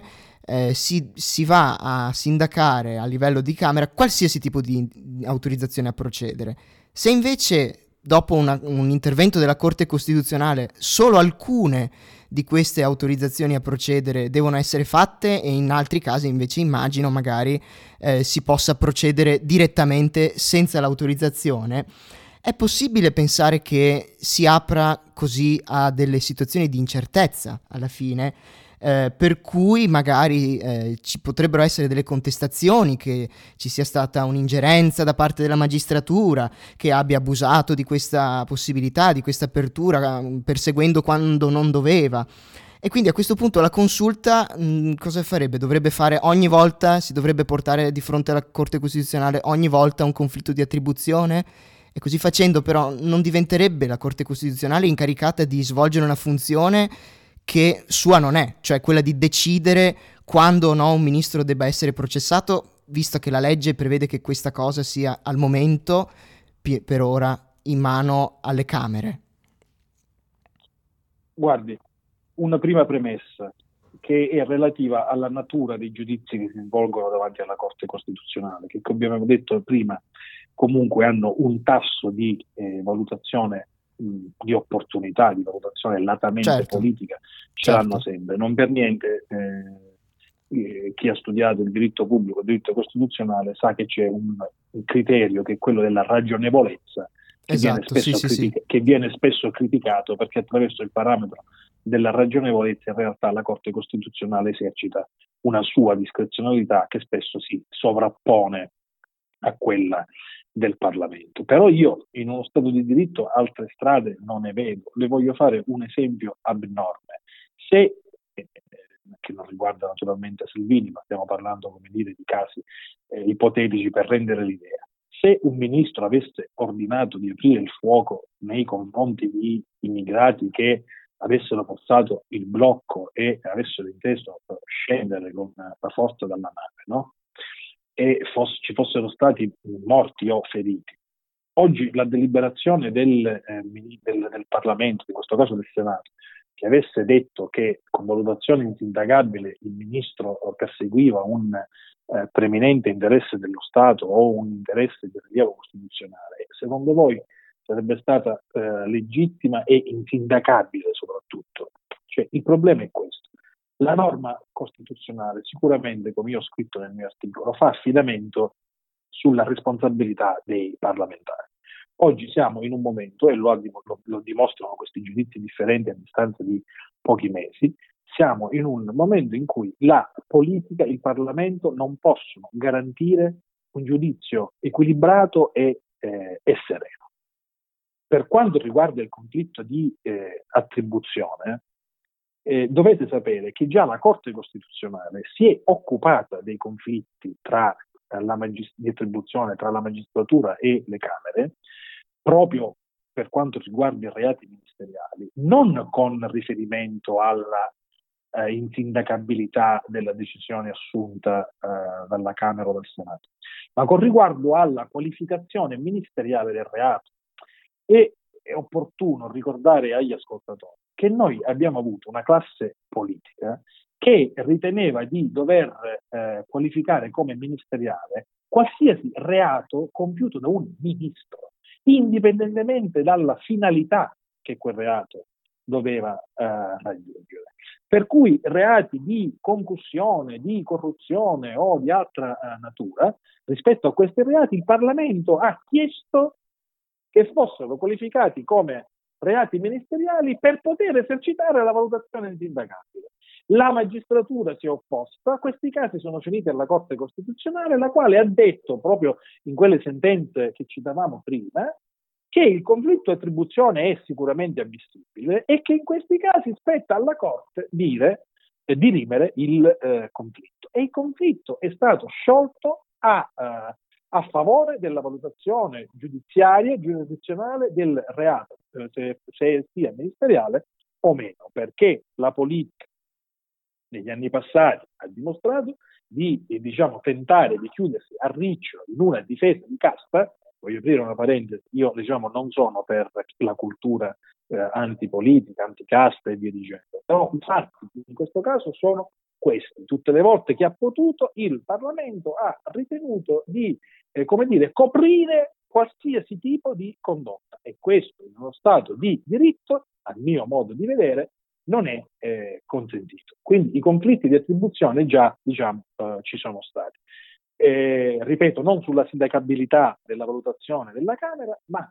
A: si va a sindacare a livello di Camera qualsiasi tipo di autorizzazione a procedere, se invece dopo un intervento della Corte Costituzionale solo alcune di queste autorizzazioni a procedere devono essere fatte, e in altri casi invece immagino magari si possa procedere direttamente senza l'autorizzazione, è possibile pensare che si apra così a delle situazioni di incertezza alla fine, per cui magari ci potrebbero essere delle contestazioni, che ci sia stata un'ingerenza da parte della magistratura che abbia abusato di questa possibilità, di questa apertura, perseguendo quando non doveva. E quindi a questo punto la consulta cosa farebbe? Dovrebbe fare ogni volta, si dovrebbe portare di fronte alla Corte Costituzionale ogni volta un conflitto di attribuzione? E così facendo però non diventerebbe la Corte Costituzionale incaricata di svolgere una funzione che sua non è, cioè quella di decidere quando o no un ministro debba essere processato, visto che la legge prevede che questa cosa sia al momento, per ora, in mano alle Camere?
F: Guardi, una prima premessa che è relativa alla natura dei giudizi che si svolgono davanti alla Corte Costituzionale, che come abbiamo detto prima comunque hanno un tasso di valutazione di opportunità, di valutazione latamente politica, ce l'hanno sempre. Non per niente chi ha studiato il diritto pubblico, il diritto costituzionale, sa che c'è un criterio che è quello della ragionevolezza, che viene spesso criticato, perché attraverso il parametro della ragionevolezza in realtà la Corte Costituzionale esercita una sua discrezionalità che spesso si sovrappone a quella del Parlamento. Però io in uno Stato di diritto altre strade non ne vedo. Le voglio fare un esempio abnorme. Se, che non riguarda naturalmente Salvini, ma stiamo parlando, come dire, di casi ipotetici per rendere l'idea. Se un ministro avesse ordinato di aprire il fuoco nei confronti di immigrati che avessero passato il blocco e avessero inteso scendere con la forza dalla nave, no? E ci fossero stati morti o feriti. Oggi la deliberazione del Parlamento, in questo caso del Senato, che avesse detto che con valutazione insindacabile il ministro perseguiva un preminente interesse dello Stato o un interesse di rilievo costituzionale, secondo voi sarebbe stata legittima e insindacabile soprattutto? Cioè, il problema è questo. La norma costituzionale sicuramente, come io ho scritto nel mio articolo, fa affidamento sulla responsabilità dei parlamentari. Oggi siamo in un momento, e lo dimostrano questi giudizi differenti a distanza di pochi mesi, siamo in un momento in cui la politica, il Parlamento non possono garantire un giudizio equilibrato e sereno. Per quanto riguarda il conflitto di attribuzione, dovete sapere che già la Corte Costituzionale si è occupata dei conflitti di attribuzione tra la magistratura e le Camere, proprio per quanto riguarda i reati ministeriali, non con riferimento alla insindacabilità della decisione assunta dalla Camera o dal Senato, ma con riguardo alla qualificazione ministeriale del reato. E è opportuno ricordare agli ascoltatori che noi abbiamo avuto una classe politica che riteneva di dover qualificare come ministeriale qualsiasi reato compiuto da un ministro, indipendentemente dalla finalità che quel reato doveva raggiungere. Per cui reati di concussione, di corruzione o di altra natura, rispetto a questi reati il Parlamento ha chiesto che fossero qualificati come reati ministeriali per poter esercitare la valutazione insindacabile. La magistratura si è opposta, questi casi sono finiti alla Corte Costituzionale, la quale ha detto, proprio in quelle sentenze che citavamo prima, che il conflitto di attribuzione è sicuramente ammissibile e che in questi casi spetta alla Corte dirimere il conflitto. E il conflitto è stato sciolto a favore della valutazione giurisdizionale del reato, se sia ministeriale o meno, perché la politica negli anni passati ha dimostrato di tentare di chiudersi a riccio in una difesa di casta. Voglio aprire una parentesi, io non sono per la cultura antipolitica, anticasta e via dicendo, però i fatti in questo caso sono questi. Tutte le volte che ha potuto il Parlamento ha ritenuto di coprire qualsiasi tipo di condotta, e questo in uno Stato di diritto, al mio modo di vedere, non è consentito. Quindi i conflitti di attribuzione già ci sono stati. Ripeto, non sulla sindacabilità della valutazione della Camera, ma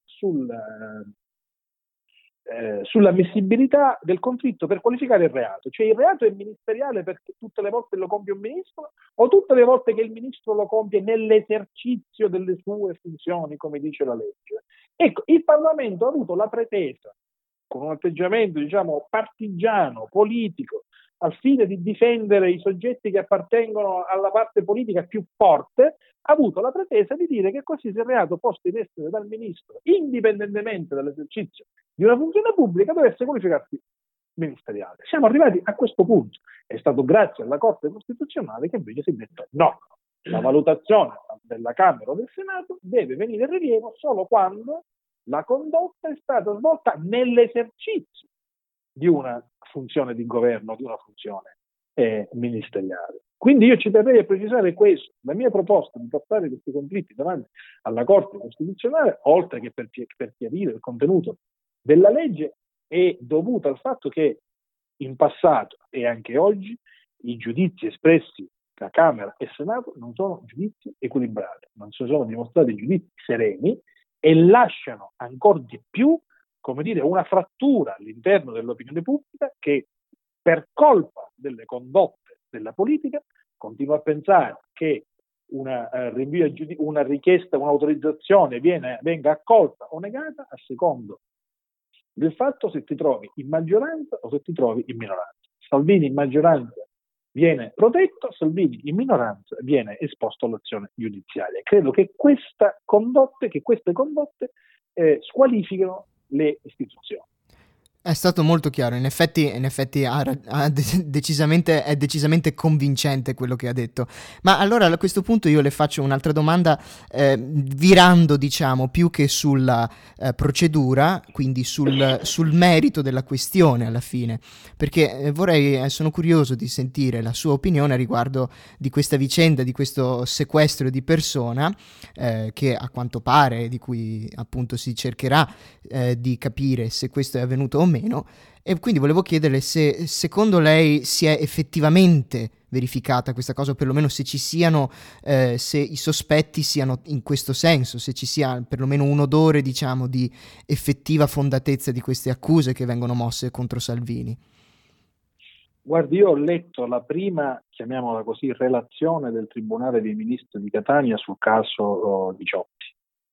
F: sull'ammissibilità del conflitto per qualificare il reato. Cioè il reato è ministeriale perché tutte le volte lo compie un ministro, o tutte le volte che il ministro lo compie nell'esercizio delle sue funzioni, come dice la legge. Ecco, il Parlamento ha avuto la pretesa, con un atteggiamento partigiano, politico, al fine di difendere i soggetti che appartengono alla parte politica più forte, ha avuto la pretesa di dire che così, se il reato posto in essere dal ministro, indipendentemente dall'esercizio di una funzione pubblica, dovesse qualificarsi ministeriale. Siamo arrivati a questo punto. È stato grazie alla Corte Costituzionale che invece si è detto no, la valutazione della Camera o del Senato deve venire in rilievo solo quando la condotta è stata svolta nell'esercizio di una funzione di governo, di una funzione ministeriale. Quindi io ci terrei a precisare questo. La mia proposta di portare questi conflitti davanti alla Corte Costituzionale, oltre che per chiarire il contenuto della legge, è dovuta al fatto che in passato e anche oggi i giudizi espressi da Camera e Senato non sono giudizi equilibrati, non si sono dimostrati giudizi sereni e lasciano ancora di più una frattura all'interno dell'opinione pubblica che, per colpa delle condotte della politica, continua a pensare che una richiesta, un'autorizzazione venga accolta o negata a secondo del fatto se ti trovi in maggioranza o se ti trovi in minoranza. Salvini in maggioranza viene protetto, Salvini in minoranza viene esposto all'azione giudiziaria. Credo che queste condotte squalificano le istituzioni.
A: È stato molto chiaro, in effetti è decisamente convincente quello che ha detto. Ma allora a questo punto io le faccio un'altra domanda, virando più che sulla procedura, quindi sul merito della questione alla fine, perché sono curioso di sentire la sua opinione a riguardo di questa vicenda, di questo sequestro di persona che a quanto pare, di cui appunto si cercherà di capire se questo è avvenuto o meno. E quindi volevo chiederle se secondo lei si è effettivamente verificata questa cosa, o perlomeno se ci siano, se i sospetti siano in questo senso, se ci sia perlomeno un odore, diciamo, di effettiva fondatezza di queste accuse che vengono mosse contro Salvini.
F: Guardi, io ho letto la prima, chiamiamola così, relazione del Tribunale dei Ministri di Catania sul caso Diciotti.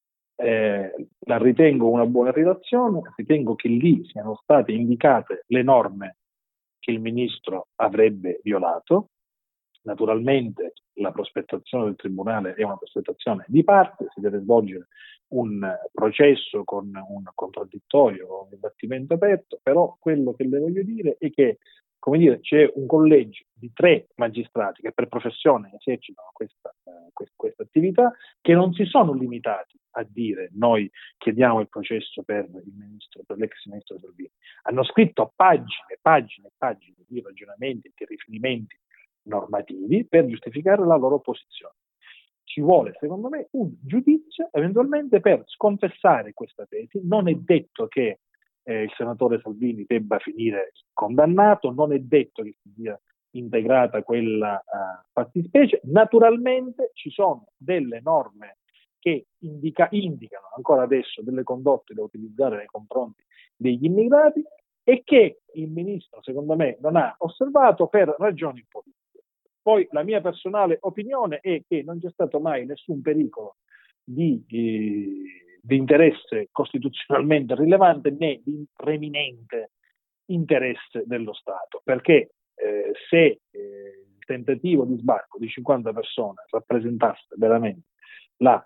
F: La ritengo una buona relazione, ritengo che lì siano state indicate le norme che il ministro avrebbe violato. Naturalmente la prospettazione del Tribunale è una prospettazione di parte, si deve svolgere un processo con un contraddittorio, con un dibattimento aperto, però quello che le voglio dire è che, come dire, c'è un collegio di 3 magistrati che per professione esercitano questa attività, che non si sono limitati a dire noi chiediamo il processo per l'ex ministro Salvini. Hanno scritto pagine e pagine di ragionamenti e di riferimenti normativi per giustificare la loro posizione. Ci vuole, secondo me, un giudizio eventualmente per sconfessare questa tesi. Non è detto che il senatore Salvini debba finire condannato, non è detto che sia integrata quella fattispecie. Naturalmente ci sono delle norme che indicano ancora adesso delle condotte da utilizzare nei confronti degli immigrati e che il ministro, secondo me, non ha osservato per ragioni politiche. Poi la mia personale opinione è che non c'è stato mai nessun pericolo di interesse costituzionalmente rilevante né di preminente interesse dello Stato, perché se il tentativo di sbarco di 50 persone rappresentasse veramente la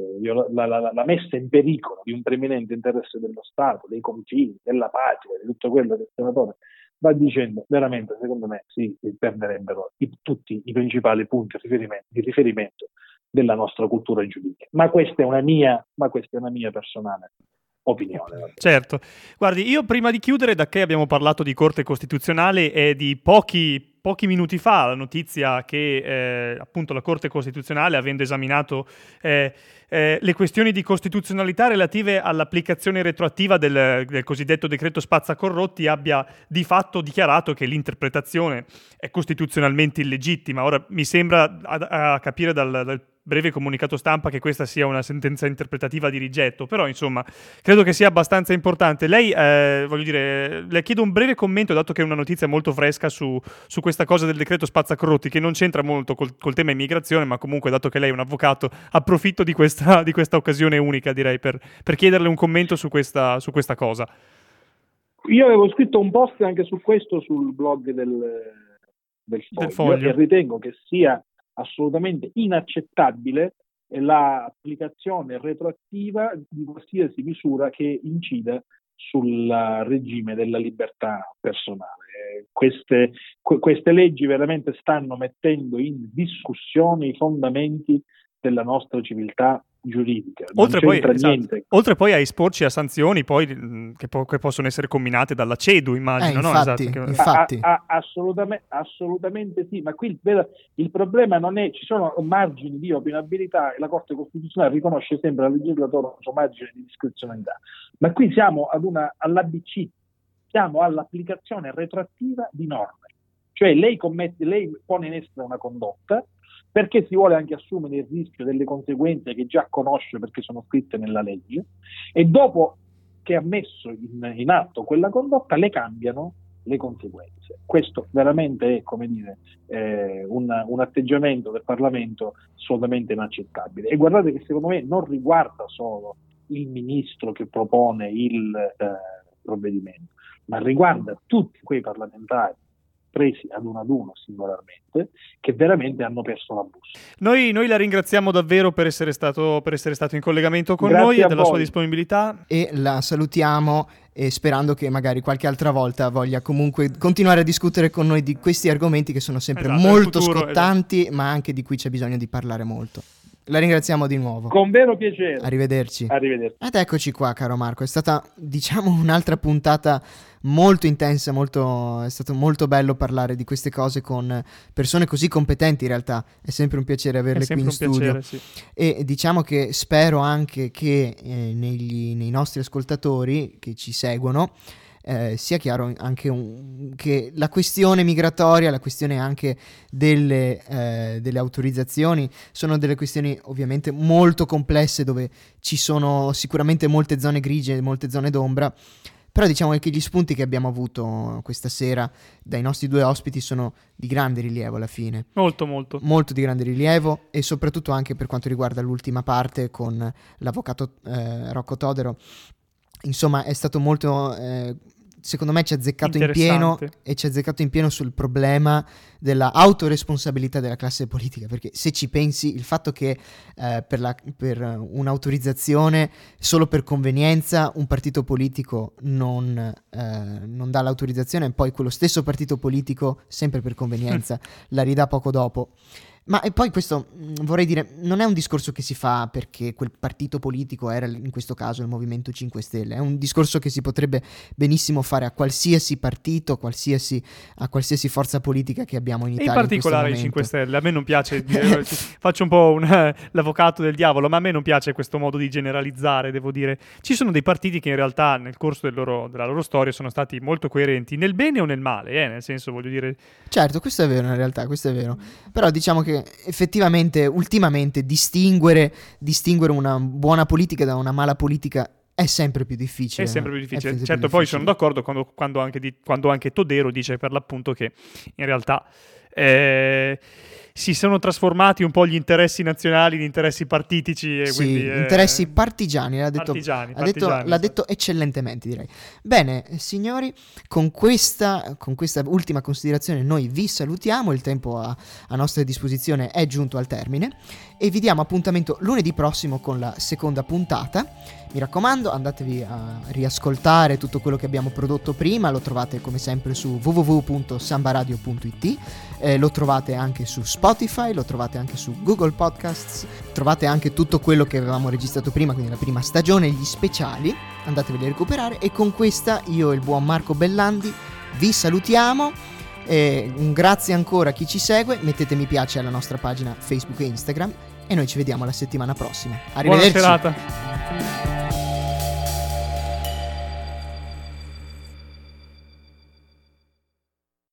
F: messa in pericolo di un preminente interesse dello Stato, dei confini, della patria, di tutto quello che il senatore va dicendo, veramente secondo me si perderebbero tutti i principali punti di riferimento della nostra cultura giuridica. Ma questa è una mia personale opinione.
B: Certo. Guardi, io prima di chiudere, da che abbiamo parlato di Corte Costituzionale, è di pochi minuti fa la notizia che appunto la Corte Costituzionale, avendo esaminato le questioni di costituzionalità relative all'applicazione retroattiva del cosiddetto decreto spazzacorrotti, abbia di fatto dichiarato che l'interpretazione è costituzionalmente illegittima. Ora mi sembra a capire dal breve comunicato stampa che questa sia una sentenza interpretativa di rigetto, però insomma credo che sia abbastanza importante. Lei, voglio dire, le chiedo un breve commento, dato che è una notizia molto fresca su questa cosa del decreto spazzacorrotti, che non c'entra molto col tema immigrazione, ma comunque, dato che lei è un avvocato, approfitto di questa occasione unica, direi, per chiederle un commento su questa cosa.
F: Io avevo scritto un post anche su questo sul blog del Foglio. E ritengo che sia assolutamente inaccettabile l'applicazione retroattiva di qualsiasi misura che incida sul regime della libertà personale. Queste leggi veramente stanno mettendo in discussione i fondamenti della nostra civiltà giuridica.
B: Oltre poi a esporci a sanzioni poi che possono essere comminate dalla CEDU, immagino.
A: Infatti.
F: Assolutamente sì, ma qui il problema non è, ci sono margini di opinabilità e la Corte Costituzionale riconosce sempre al legislatore un suo margine di discrezionalità, ma qui siamo all'ABC, siamo all'applicazione retroattiva di norme, cioè lei pone in essere una condotta perché si vuole anche assumere il rischio delle conseguenze che già conosce perché sono scritte nella legge, e dopo che ha messo in atto quella condotta le cambiano le conseguenze. Questo veramente è, come dire, un atteggiamento del Parlamento assolutamente inaccettabile. E guardate che secondo me non riguarda solo il ministro che propone il provvedimento, ma riguarda tutti quei parlamentari presi ad uno singolarmente, che veramente hanno perso la bussola.
B: Noi la ringraziamo davvero per essere stato in collegamento con
F: Grazie
B: noi e della
F: voi.
B: sua disponibilità.
A: E la salutiamo, sperando che magari qualche altra volta voglia comunque continuare a discutere con noi di questi argomenti che sono sempre molto scottanti, ma anche di cui c'è bisogno di parlare molto. La ringraziamo di nuovo.
F: Con vero piacere.
A: Arrivederci.
F: Arrivederci.
A: Ed eccoci qua, caro Marco. È stata, diciamo, un'altra puntata molto intensa, è stato molto bello parlare di queste cose con persone così competenti. In realtà è sempre un piacere averle qui in studio.
B: Piacere, sì.
A: E diciamo che spero anche che nei nostri ascoltatori che ci seguono sia chiaro anche che la questione migratoria, la questione anche delle autorizzazioni sono delle questioni ovviamente molto complesse, dove ci sono sicuramente molte zone grigie, molte zone d'ombra. Però diciamo che gli spunti che abbiamo avuto questa sera dai nostri due ospiti sono di grande rilievo alla fine. Molto di grande rilievo, e soprattutto anche per quanto riguarda l'ultima parte con l'avvocato Rocco Todero. Insomma, è stato molto... secondo me ci ha azzeccato in pieno sul problema della autoresponsabilità della classe politica, perché se ci pensi, il fatto che per un'autorizzazione solo per convenienza un partito politico non dà l'autorizzazione, e poi quello stesso partito politico, sempre per convenienza, la ridà poco dopo. Ma e poi questo, vorrei dire, non è un discorso che si fa perché quel partito politico era in questo caso il Movimento 5 Stelle, è un discorso che si potrebbe benissimo fare a qualsiasi partito, a qualsiasi forza politica che abbiamo in Italia.
B: E in particolare i 5 Stelle, a me non piace dire, faccio un po' l'avvocato del diavolo, ma a me non piace questo modo di generalizzare, devo dire. Ci sono dei partiti che in realtà nel corso della loro storia sono stati molto coerenti, nel bene o nel male, nel senso, voglio dire...
A: Certo, questo è vero, in realtà, questo è vero. Però diciamo che effettivamente ultimamente distinguere una buona politica da una mala politica è sempre più difficile.
B: Certo, poi sono d'accordo quando anche Todero dice per l'appunto che in realtà si sono trasformati un po' gli interessi nazionali in interessi partitici, e
A: sì,
B: quindi
A: interessi partigiani, l'ha detto eccellentemente, direi. Bene, signori, con questa ultima considerazione noi vi salutiamo, il tempo a nostra disposizione è giunto al termine e vi diamo appuntamento lunedì prossimo con la seconda puntata. Mi raccomando, andatevi a riascoltare tutto quello che abbiamo prodotto prima, lo trovate come sempre su www.sambaradio.it, lo trovate anche su Spotify, lo trovate anche su Google Podcasts, trovate anche tutto quello che avevamo registrato prima, quindi la prima stagione, gli speciali, andateveli a recuperare. E con questa io e il buon Marco Bellandi vi salutiamo, un grazie ancora a chi ci segue, mettete mi piace alla nostra pagina Facebook e Instagram e noi ci vediamo la settimana prossima. Arrivederci.
B: Buona serata.